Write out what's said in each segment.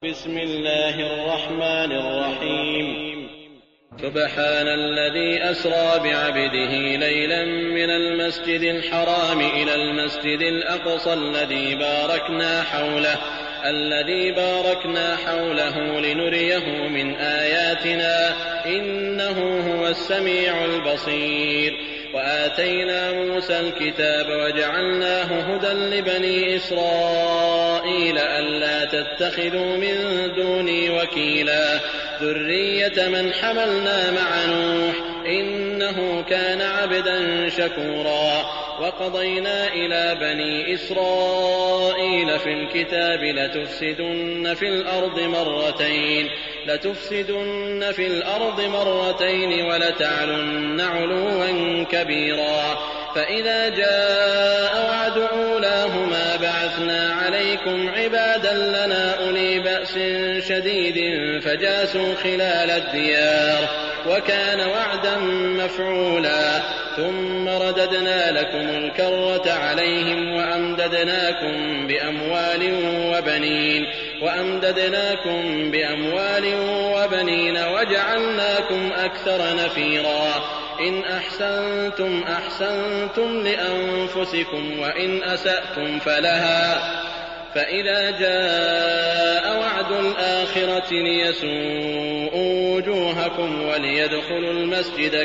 بسم الله الرحمن الرحيم. سبحان الذي أسرى بعبده ليلا من المسجد الحرام إلى المسجد الأقصى الذي باركنا حوله لنريه من آياتنا إنه هو السميع البصير. وآتينا موسى الكتاب وجعلناه هدى لبني إسرائيل ألا تتخذوا من دوني وكيلا ذرية من حملنا مع نوح إنه كان عبدا شكورا. وقضينا إلى بني إسرائيل في الكتاب لتفسدن في الأرض مرتين ولتعلن علوا كبيرا. فإذا جاء وعد أولاهما بعثنا عليكم عبادا لنا أولي بأس شديد فجاسوا خلال الديار وكان وعدا مفعولا. ثم رددنا لكم الكرة عليهم وأمددناكم بأموال وبنين وجعلناكم أكثر نفيرا. إن أحسنتم أحسنتم لأنفسكم وإن أسأتم فلها. فإذا جاء وعد الآخرة ليسوءوا وجوهكم وليدخلوا المسجد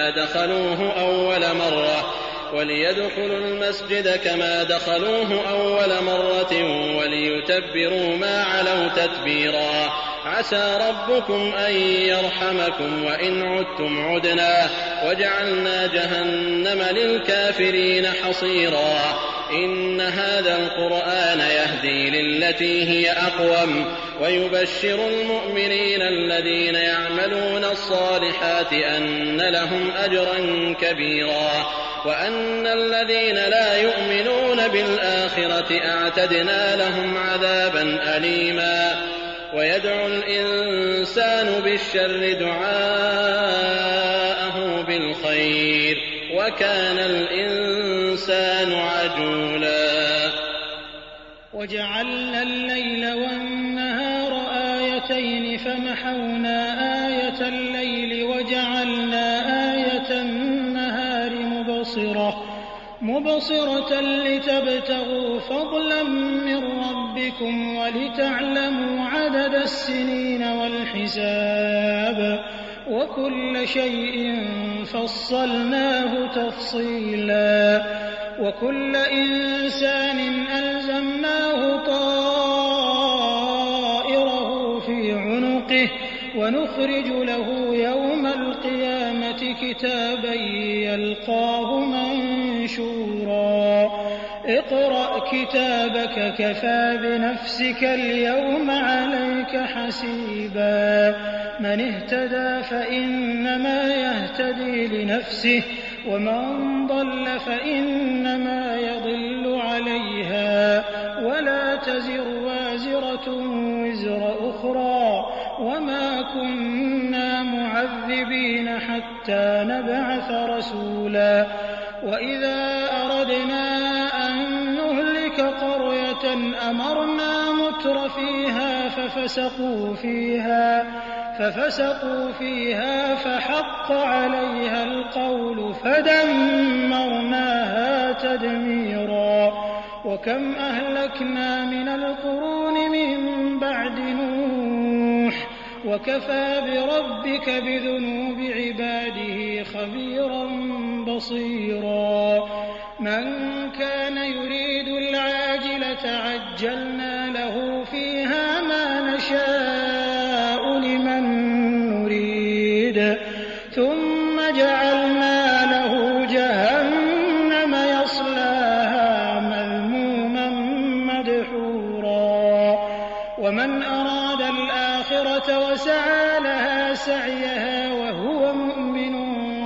كما دخلوه أول مرة وليتبروا ما علوا تتبيرا. عسى ربكم أن يرحمكم وإن عدتم عدنا وجعلنا جهنم للكافرين حصيرا. إن هذا القرآن يهدي للتي هي أقوم ويبشر المؤمنين الذين يعملون الصالحات أن لهم أجرا كبيرا. وأن الذين لا يؤمنون بالآخرة أعتدنا لهم عذابا أليما. ويدعو الإنسان بالشر دعاءه بالخير وكان الإنسان عجولا. وجعلنا الليل والنهار آيتين فمحونا آية الليل وجعلنا آية النهار مبصرة لتبتغوا فضلا من ربكم ولتعلموا عدد السنين والحساب وكل شيء فصلناه تفصيلا. وكل إنسان ألزمناه طائره في عنقه ونخرج له يوم القيامة كتابا يلقاه منشورا. اقرأ كتابك كفى بنفسك اليوم عليك حسيبا. من اهتدى فإنما يهتدي لنفسه ومن ضل فإنما يضل عليها ولا تزر وازرة وزر أخرى وما كنا معذبين حتى نبعث رسولا. وإذا أردنا أن نهلك قرية أمرنا متر فيها ففسقوا فيها فحق عليها القول فدمرناها تدميرا. وكم أهلكنا من القرون من بعد نوح وكفى بربك بذنوب عباده خبيرا بصيرا. من كان يريد العاجلة عجلنا له فيها ما نشاء لمن نريد ثم جعلنا له جهنم يصلاها مذموما مدحورا. ومن أراد الآخرة وسعى لها سعيها وهو مؤمن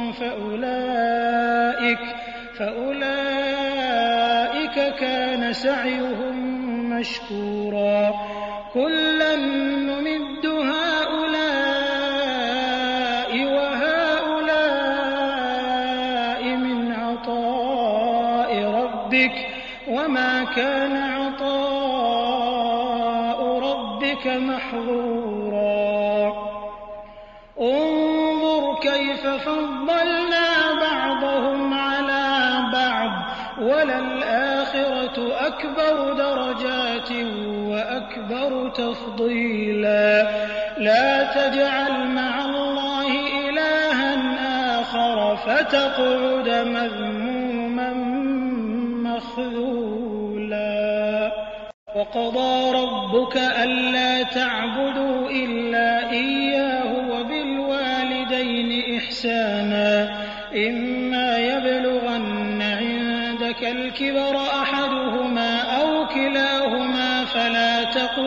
فأولئك كان سعيهم مشكورا. كلا نمد هؤلاء وهؤلاء من عطاء ربك وما كان عطاء ربك ربك محظورا انظر كيف فضلنا بعضهم على بعض وللآخرة أكبر درجات وأكبر تفضيلا لا تجعل مع الله إلها آخر فتقعد مذموما مخذولا وقضى ربك ألا تعبدوا إلا إياه وبالوالدين إحسانا إما يبلغن عندك الكبر أحدهما أو كلاهما فلا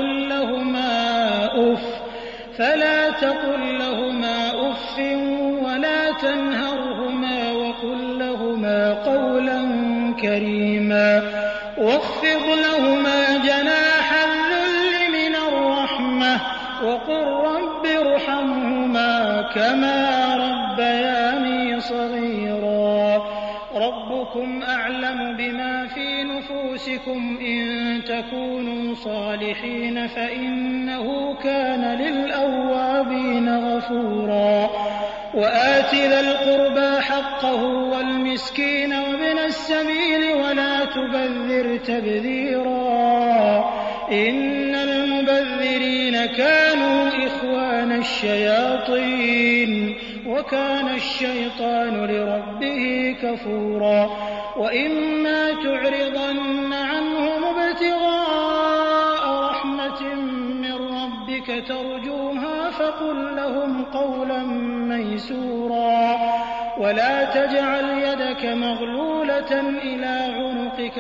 تقل لهما أف ولا تنهرهما وقل لهما قولا كريما واخفض لهما جناح الذل من الرحمة وقل رب ارحمهما كما ربياني صغيرا ربكم أعلم بما في نفوسكم إن تكونوا صالحين فإنه كان للأوابين غفورا وآت ذا القربى حقه والمسكين وابن السبيل ولا تبذر تبذيرا إن المبذرين كانوا إخوان الشياطين وكان الشيطان لربه كفورا وإما تعرضن عنهم ابتغاء رحمة من ربك ترجوها فقل لهم قولا ميسورا ولا تجعل يدك مغلولة إلى عنقك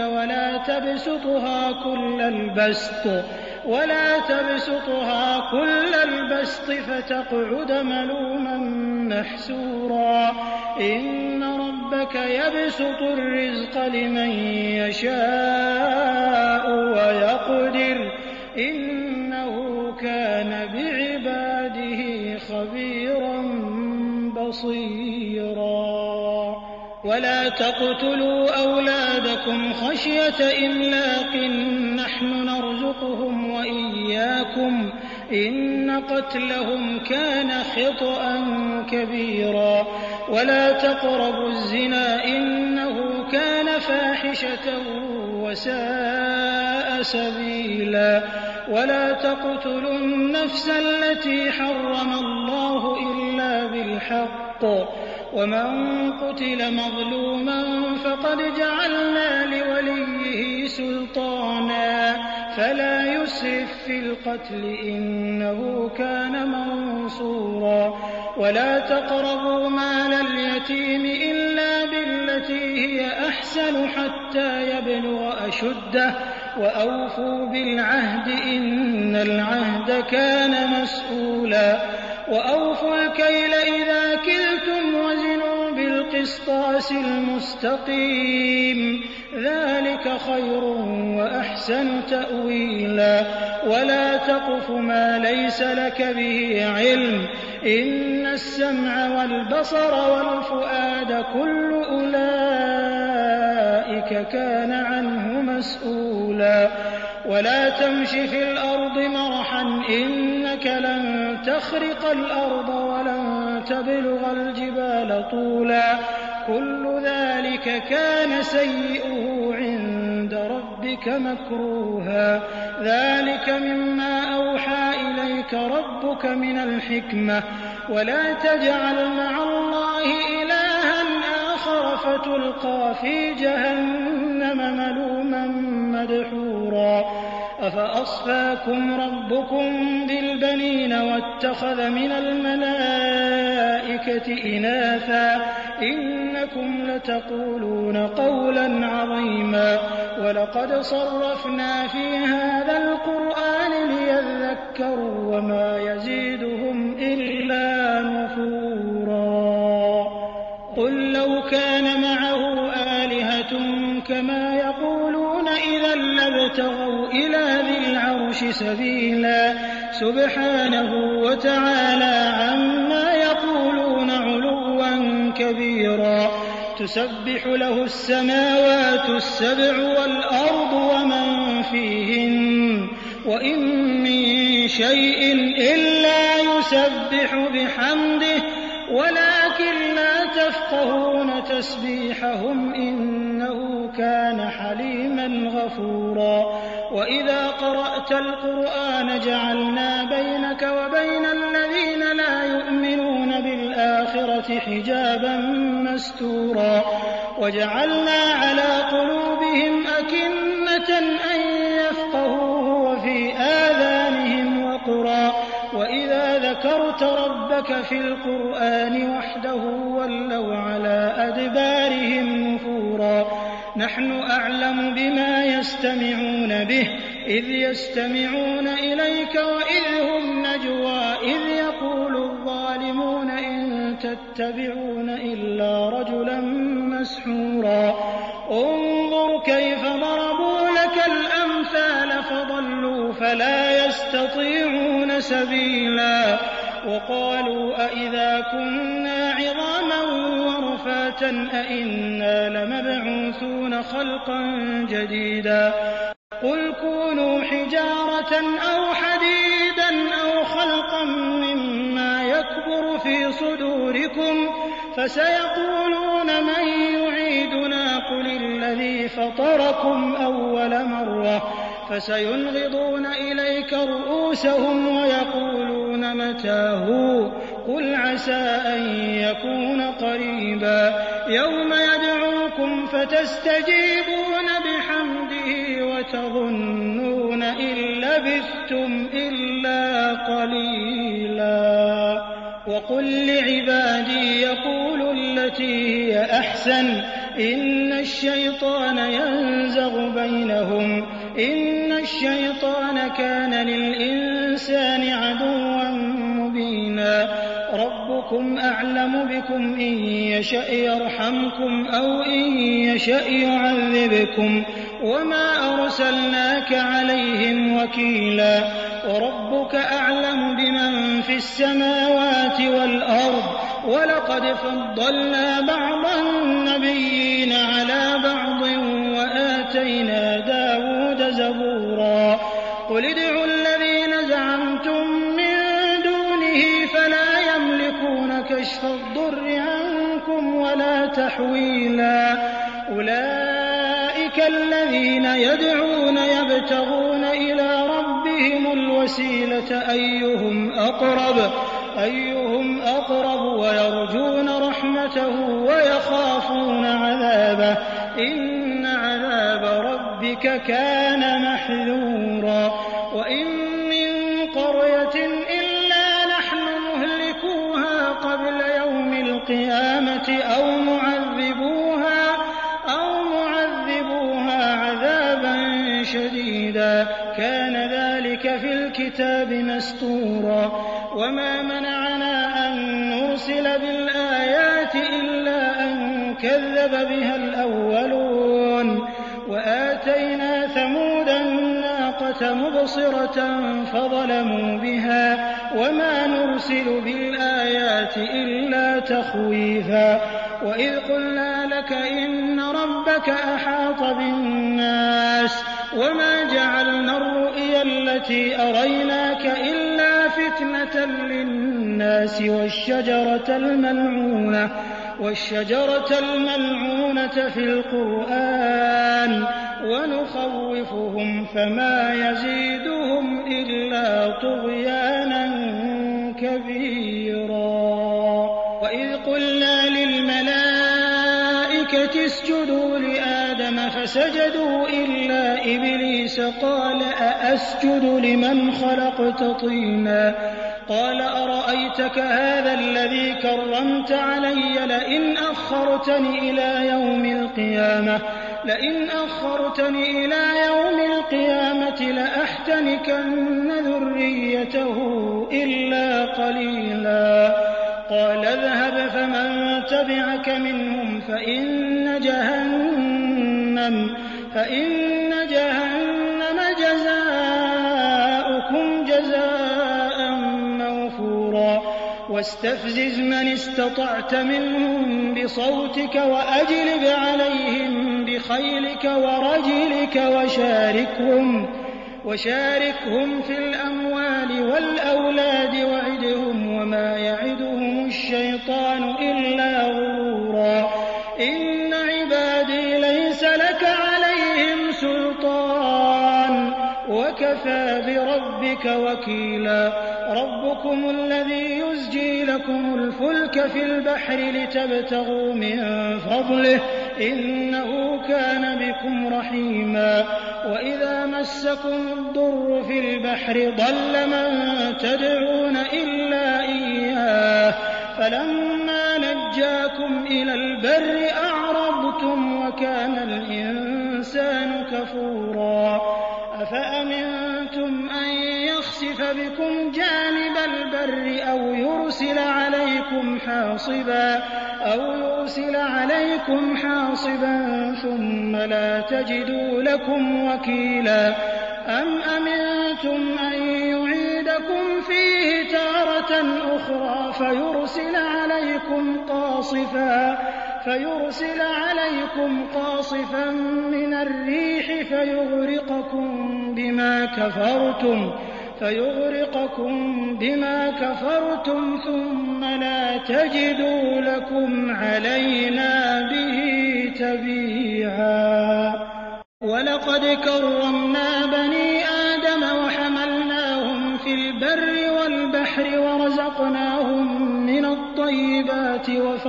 ولا تبسطها كل البسط فتقعد ملوما محسورا إن ربك يبسط الرزق لمن يشاء ويقدر إنه كان بعباده خبيرا بصيرا ولا تقتلوا أولادكم خشية إملاق نحن نرزقهم وإياكم إن قتلهم كان خطأ كبيرا ولا تقربوا الزنا إنه كان فاحشة وساء سبيلا ولا تقتلوا النفس التي حرم الله إلا بالحق ومن قتل مظلوما فقد جعلنا لوليه سلطانا فلا يسرف في القتل إنه كان منصورا ولا تقربوا مال اليتيم إلا بالتي هي أحسن حتى يبلغ أشده وأوفوا بالعهد إن العهد كان مسؤولا وأوفوا الكيل إذا كلتم وزنوا بالقسطاس المستقيم ذلك خير وأحسن تأويلا ولا تقف ما ليس لك به علم إن السمع والبصر والفؤاد كل أولئك كان عنه مسؤولا ولا تمش في الأرض مرحا إنك لن تخرق الأرض ولن تبلغ الجبال طولا كل ذلك كان سيئه عند ربك مكروها ذلك مما أوحى إليك ربك من الحكمة ولا تجعل مع الله إلها آخر فتلقى في جهنم ملوما مدحورا أفأصفاكم ربكم بالبنين واتخذ من الملائكة إناثا إنكم لتقولون قولا عظيما ولقد صرفنا في هذا القرآن ليذكروا وما يزيدهم إلا نفورا قل لو كان معه آلهة كما يقولون إذا لابتغوا إلى ذي العرش سبيلا سبحانه وتعالى عما يقولون علوا كبيرا تسبح له السماوات السبع والأرض ومن فيهن وإن من شيء إلا يسبح بحمده ولكن لا تفقهون تسبيحهم إنه كان حليما غفورا وإذا قرأت القرآن جعلنا بينك وبين الذين لا يؤمنون بالآخرة حجابا مستورا وجعلنا على قلوبهم أكنة أن يفقهوه وفي آذانهم وقرا وإذا ذكرت ربك في القرآن وحده ولوا على أدبارهم نفورا نحن أعلم بما يستمعون به إذ يستمعون إليك وإذ هم نجوى إذ يقول الظالمون إن تتبعون إلا رجلا مسحورا انظر كيف ضربوا لك الأمثال فضلوا فلا يستطيعون سبيلا وقالوا أئذا كنا عظاما ورفاتا أئنا لمبعوثون خلقا جديدا قل كونوا حجارة أو حديدا أو خلقا مما يكبر في صدوركم فسيقولون من يعيدنا قل الذي فطركم أول مرة فسينغضون إليك رؤوسهم ويقولون متى هو قل عسى أن يكون قريبا يوم يدعوكم فتستجيبون بحمده وتظنون إن لبثتم إلا قليلا وقل لعبادي يقولوا التي هي أحسن إن الشيطان ينزغ بينهم إن الشيطان كان للإنسان عدوا مبينا ربكم أعلم بكم إن يشأ يرحمكم أو إن يشأ يعذبكم وما أرسلناك عليهم وكيلا وربك أعلم بمن في السماوات والأرض ولقد فضلنا بعض النبيين على بعض وآتينا داود زبورا قل ادعوا الذين زعمتم من دونه فلا يملكون كشف الضر عنكم ولا تحويلا أولئك الذين يدعون يبتغون إلى ربهم الوسيلة أيهم أقرب ويرجون رحمته ويخافون عذابه إن عذاب ربك كان محذورا وإن من قرية إلا نحن مهلكوها قبل يوم القيامة أو معذبوها عذابا شديدا كان ذلك في الكتاب مسطورا وما منعنا أن نرسل بالآيات إلا أن كذب بها الأولون وآتينا ثمود الناقة مبصرة فظلموا بها وما نرسل بالآيات إلا تخويفا وإذ قلنا لك إن ربك أحاط بالناس وما جعلنا الرؤيا التي أريناك إلا فتنة للناس والشجرة الملعونة في القرآن ونخوفهم فما يزيدهم إلا طغيانا كبيرا وإذ قلنا للملائكة اسجدوا لآدم فسجدوا إلا إبليس قال أأسجد لمن خلقت طينا قال أرأيتك هذا الذي كرمت علي لئن أخرتني إلى يوم القيامة لأحتنكن ذريته إلا قليلا قال اذهب فمن تبعك منهم فإن جهنم جزاؤكم جزاء موفورا واستفزز من استطعت منهم بصوتك وأجلب عليهم بخيلك ورجلك وشاركهم في الأموال وَالْأَوْلَادِ وَعِدْهُمْ وَمَا يَعِدُهُمُ الشَّيْطَانُ إِلَّا غُرُورًا إِنَّ عِبَادِي لَيْسَ لَكَ عَلَيْهِمْ سُلْطَانٌ وَكَفَىٰ بِرَبِّكَ وَكِيلًا رَبُّكُمُ الَّذِي يُزْجِي لَكُمُ الْفُلْكَ فِي الْبَحْرِ لِتَبْتَغُوا مِن فَضْلِهِ إِنَّهُ كَانَ بِكُمْ رَحِيمًا وَإِذَا مَسَّكُمُ الضُّرُّ فِي الْبَحْرِ ضَلَّ مَن تَدْعُونَ إِلَّا إِيَّاهُ فَلَمَّا نَجَّاكُمْ إِلَى الْبَرِّ أَعْرَضْتُمْ وَكَانَ الْإِنسَانُ كَفُورًا أَفَأَمِنتُمْ أَن يَخْسِفَ بِكُمْ جَانِبَ الْبَرِّ أَوْ يُرْسِلَ عَلَيْكُمْ حَاصِبًا ثُمَّ لَا تَجِدُوا لَكُمْ وَكِيلًا أَمْ أَمِنتُمْ أَن يُعِيدَكُمْ فِيهِ تَارَةً أُخْرَىٰ فيرسل عليكم قاصفا من الريح فيغرقكم بما كفرتم ثم لا تجدوا لكم علينا به تبيعا وَلَقَدْ كَرَّمْنَا بَنِي آدَمَ وَحَمَلْنَاهُمْ فِي الْبَرِّ وَالْبَحْرِ وَرَزَقْنَاهُم مِّنَ الطَّيِّبَاتِ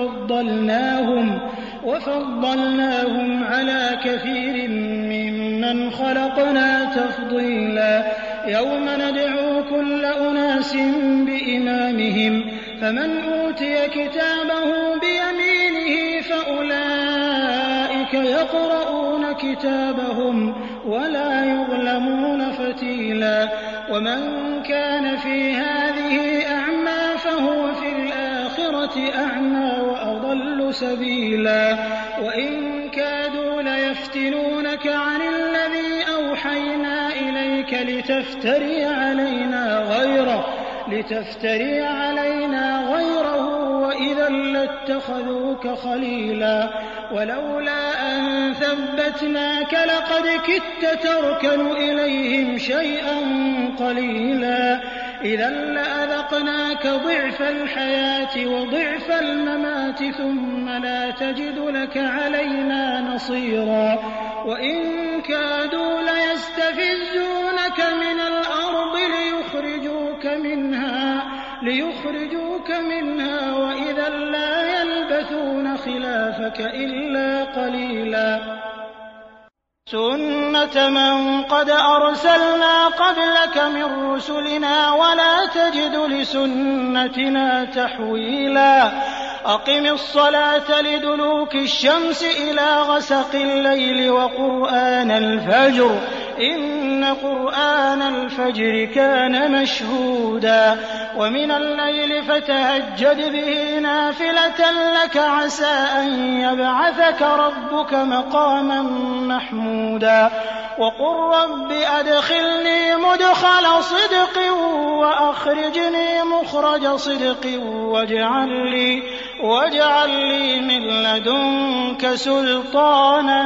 وَفَضَّلْنَاهُمْ عَلَىٰ كَثِيرٍ مِّمَّنْ خَلَقْنَا تَفْضِيلًا يَوْمَ نَدْعُو كُلَّ أُنَاسٍ بِإِمَامِهِمْ فَمَنْ أُوتِيَ كِتَابَهُ بِيَمِينِهِ فَأُولَٰئِكَ يَقْرَءُونَ كِتَابَهُمْ وَلَا يُظْلَمُونَ فَتِيلًا وَمَن كَانَ فِي هَٰذِهِ أَعْمَىٰ فَهُوَ فِي الْآخِرَةِ أَعْمَىٰ وَأَضَلُّ سَبِيلًا وَإِن كَادُوا لَيَفْتِنُونَكَ عَنِ الَّذِي أَوْحَيْنَا إِلَيْكَ لِتَفْتَرِيَ عَلَيْنَا غَيْرَهُ وَإِذًا لَّاتَّخَذُوكَ خَلِيلًا وَلَوْلَا أَن ثَبَّتْنَاكَ لَقَدْ كِدتَّ تَرْكَنُ إِلَيْهِمْ شَيْئًا قَلِيلًا إِذًا لَّأَذَقْنَاكَ ضِعْفَ الْحَيَاةِ وَضِعْفَ الْمَمَاتِ ثُمَّ لَا تَجِدُ لَكَ عَلَيْنَا نَصِيرًا وَإِن كَادُوا لَيَسْتَفِزُّونَكَ مِنَ الْأَرْضِ لِيُخْرِجُوكَ مِنْهَا وَإِذًا لَّا يَلْبَثُونَ خِلَافَكَ إِلَّا قَلِيلًا سُنَّةَ مَن قَدْ أَرْسَلْنَا قَبْلَكَ مِن رُّسُلِنَا وَلَا تَجِدُ لِسُنَّتِنَا تَحْوِيلًا أَقِمِ الصَّلَاةَ لِدُلُوكِ الشَّمْسِ إِلَىٰ غَسَقِ اللَّيْلِ وَقُرْآنَ الْفَجْرِ إِنَّ قُرْآنَ الْفَجْرِ كَانَ مَشْهُودًا وَمِنَ اللَّيْلِ فَتَهَجَّدْ بِهِ نَافِلَةً لَّكَ عَسَىٰ أَن يَبْعَثَكَ رَبُّكَ مَقَامًا مَّحْمُودًا وَقُل رَّبِّ أَدْخِلْنِي مُدْخَلَ صِدْقٍ وَأَخْرِجْنِي مُخْرَجَ صِدْقٍ وَاجْعَل لِّي مِن لَّدُنكَ سُلْطَانًا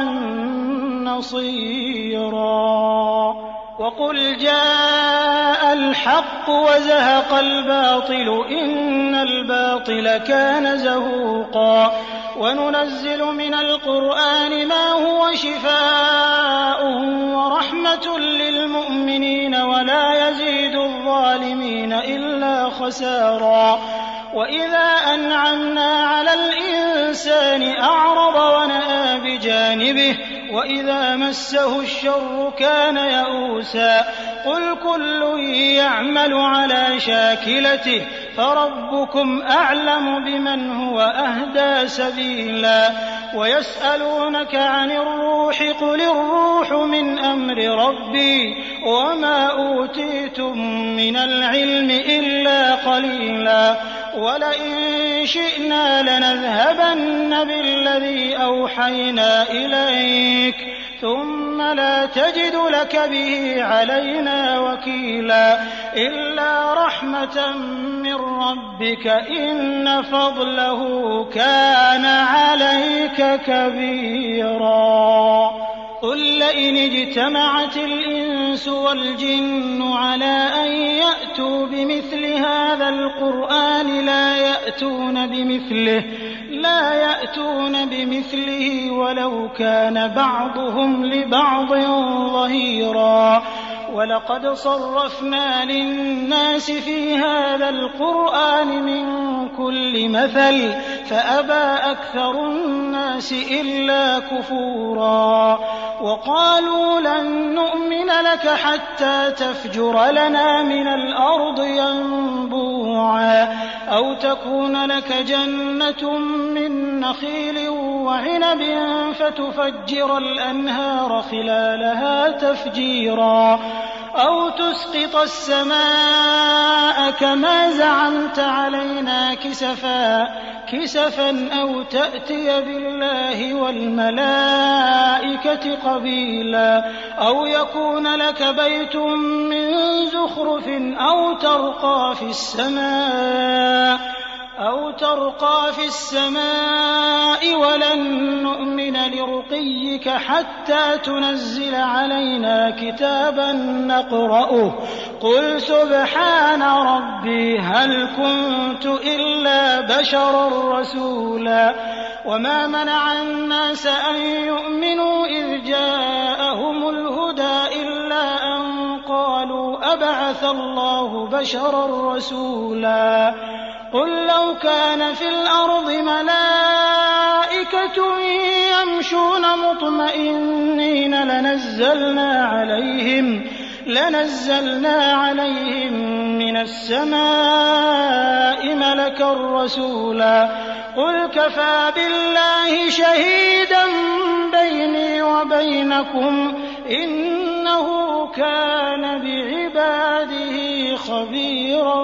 نَّصِيرًا وَقُلْ جَاءَ الْحَقُّ وَزَهَقَ الْبَاطِلُ إِنَّ الْبَاطِلَ كَانَ زَهُوقًا وَنُنَزِّلُ مِنَ الْقُرْآنِ مَا هُوَ شِفَاءٌ وَرَحْمَةٌ لِّلْمُؤْمِنِينَ وَلَا يَزِيدُ الظَّالِمِينَ إِلَّا خَسَارًا وَإِذَا أَنْعَمْنَا عَلَى الْإِنسَانِ أَعْرَضَ وَنَأَىٰ بِجَانِبِهِ وَإِذَا مَسَّهُ الشَّرُّ كَانَ يَئُوسًا قُلْ كُلٌّ يَعْمَلُ عَلَىٰ شَاكِلَتِهِ فَرَبُّكُمْ أَعْلَمُ بِمَنْ هُوَ أَهْدَىٰ سَبِيلًا وَيَسْأَلُونَكَ عَنِ الرُّوحِ قُلِ الرُّوحُ مِنْ أَمْرِ رَبِّي وَمَا أُوتِيتُم مِّنَ الْعِلْمِ إِلَّا قَلِيلًا وَلَئِن شِئْنَا لَنَذْهَبَنَّ بِالَّذِي أَوْحَيْنَا إِلَيْكَ ثُمَّ لَا تَجِدُ لَكَ بِهِ عَلَيْنَا وَكِيلًا إِلَّا رَحْمَةً مِّن رَّبِّكَ إِنَّ فَضْلَهُ كَانَ عَلَيْكَ كَبِيرًا قل لئن اجتمعت الإنس والجن على أن يأتوا بمثل هذا القرآن لا يأتون بمثله ولو كان بعضهم لبعض ظهيرا. ولقد صرفنا للناس في هذا القرآن من كل مثل فأبى أكثر الناس إلا كفورا. وقالوا لن نؤمن لك حتى تفجر لنا من الأرض ينبوعا أو تكون لك جنة من نخيل وعنب فتفجر الأنهار خلالها تفجيرا أو تسقط السماء كما زعمت علينا كسفا أو تأتي بالله والملائكة قبيلا أو يكون لك بيت من زخرف أو ترقى في السماء ولن نؤمن لرقيك حتى تنزل علينا كتابا نقرأه قل سبحان ربي هل كنت إلا بشرا رسولا. وما منع الناس أن يؤمنوا إذ جاءهم الهدى إلا أن قالوا أبعث الله بشرا رسولا. قل لو كان في الأرض ملائكة يمشون مطمئنين لنزلنا عليهم من السماء ملكا رسولا. قل كفى بالله شهيدا بيني وبينكم إنه كان بعباده خبيرا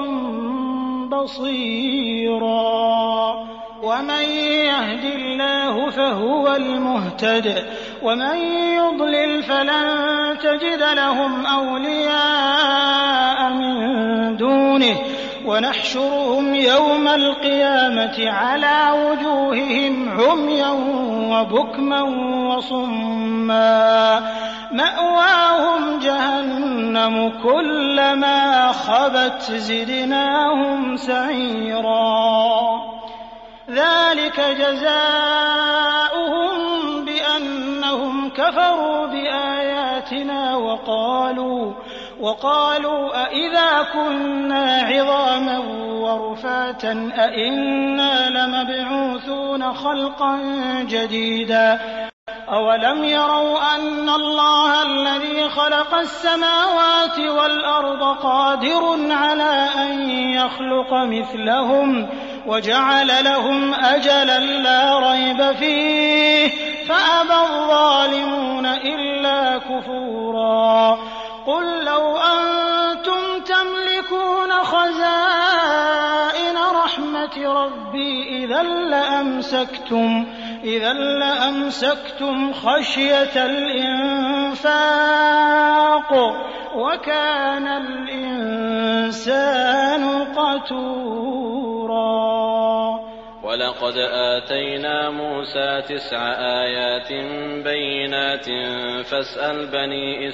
بصيرا. ومن يهد الله فهو المهتد ومن يضلل فلن تجد لهم أولياء من دونه ونحشرهم يوم القيامة على وجوههم عميا وبكما وصما مأواهم جهنم كلما خبت زدناهم سعيرا. ذلك جزاؤهم بأنهم كفروا بآياتنا وقالوا أإذا كنا عظاما ورفاتا أإنا لمبعوثون خلقا جديدا. أولم يروا أن الله الذي خلق السماوات والأرض قادر على أن يخلق مثلهم وجعل لهم أجلا لا ريب فيه فأبى الظالمون إلا كفورا. قل لو أنتم تملكون خزائن رحمة ربي إذا لأمسكتم خشية الإنفاق وكان الإنسان قتورا. ولقد آتينا موسى 9 آيات بينات فاسأل بني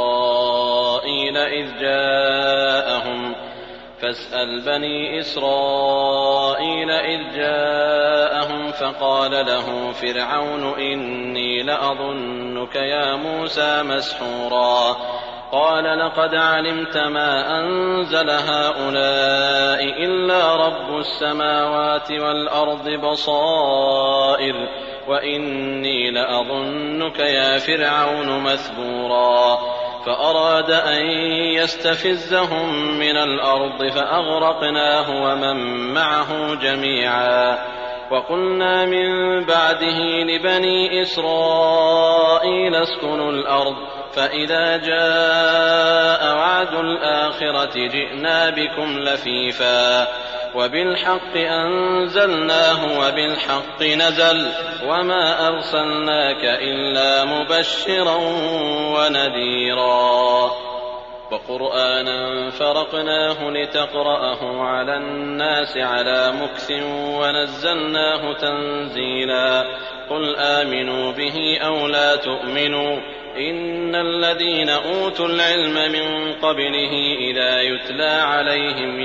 إسرائيل إذ جاءهم فقال له فرعون إني لأظنك يا موسى مسحورا. قال لقد علمت ما أنزل هؤلاء إلا رب السماوات والأرض بصائر وإني لأظنك يا فرعون مثبورا. فأراد أن يستفزهم من الأرض فأغرقناه ومن معه جميعا. وقلنا من بعده لبني إسرائيل اسكنوا الأرض فإذا جاء وعد الآخرة جئنا بكم لفيفا وبالحق أنزلناه وبالحق نزل وما أرسلناك إلا مبشرا ونذيرا. وقرآنا فرقناه لتقرأه على الناس على مكث ونزلناه تنزيلا قل آمنوا به أو لا تؤمنوا إن الذين أوتوا العلم من قبله إذا يتلى عليهم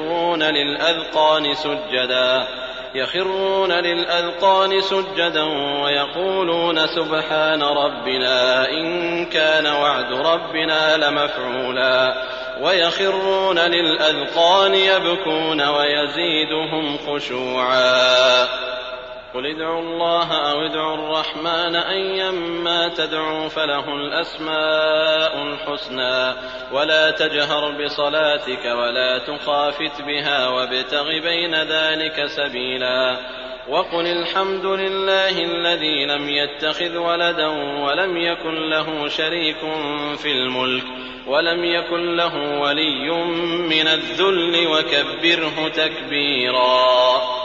يخرون للأذقان سجدا ويقولون سبحان ربنا إن كان وعد ربنا لمفعولا ويخرون للأذقان يبكون ويزيدهم خشوعا قل ادعوا الله أو ادعوا الرحمن أيما تدعوا فله الأسماء الحسنى ولا تجهر بصلاتك ولا تخافت بها وابتغ بين ذلك سبيلا وقل الحمد لله الذي لم يتخذ ولدا ولم يكن له شريك في الملك ولم يكن له ولي من الذل وكبره تكبيرا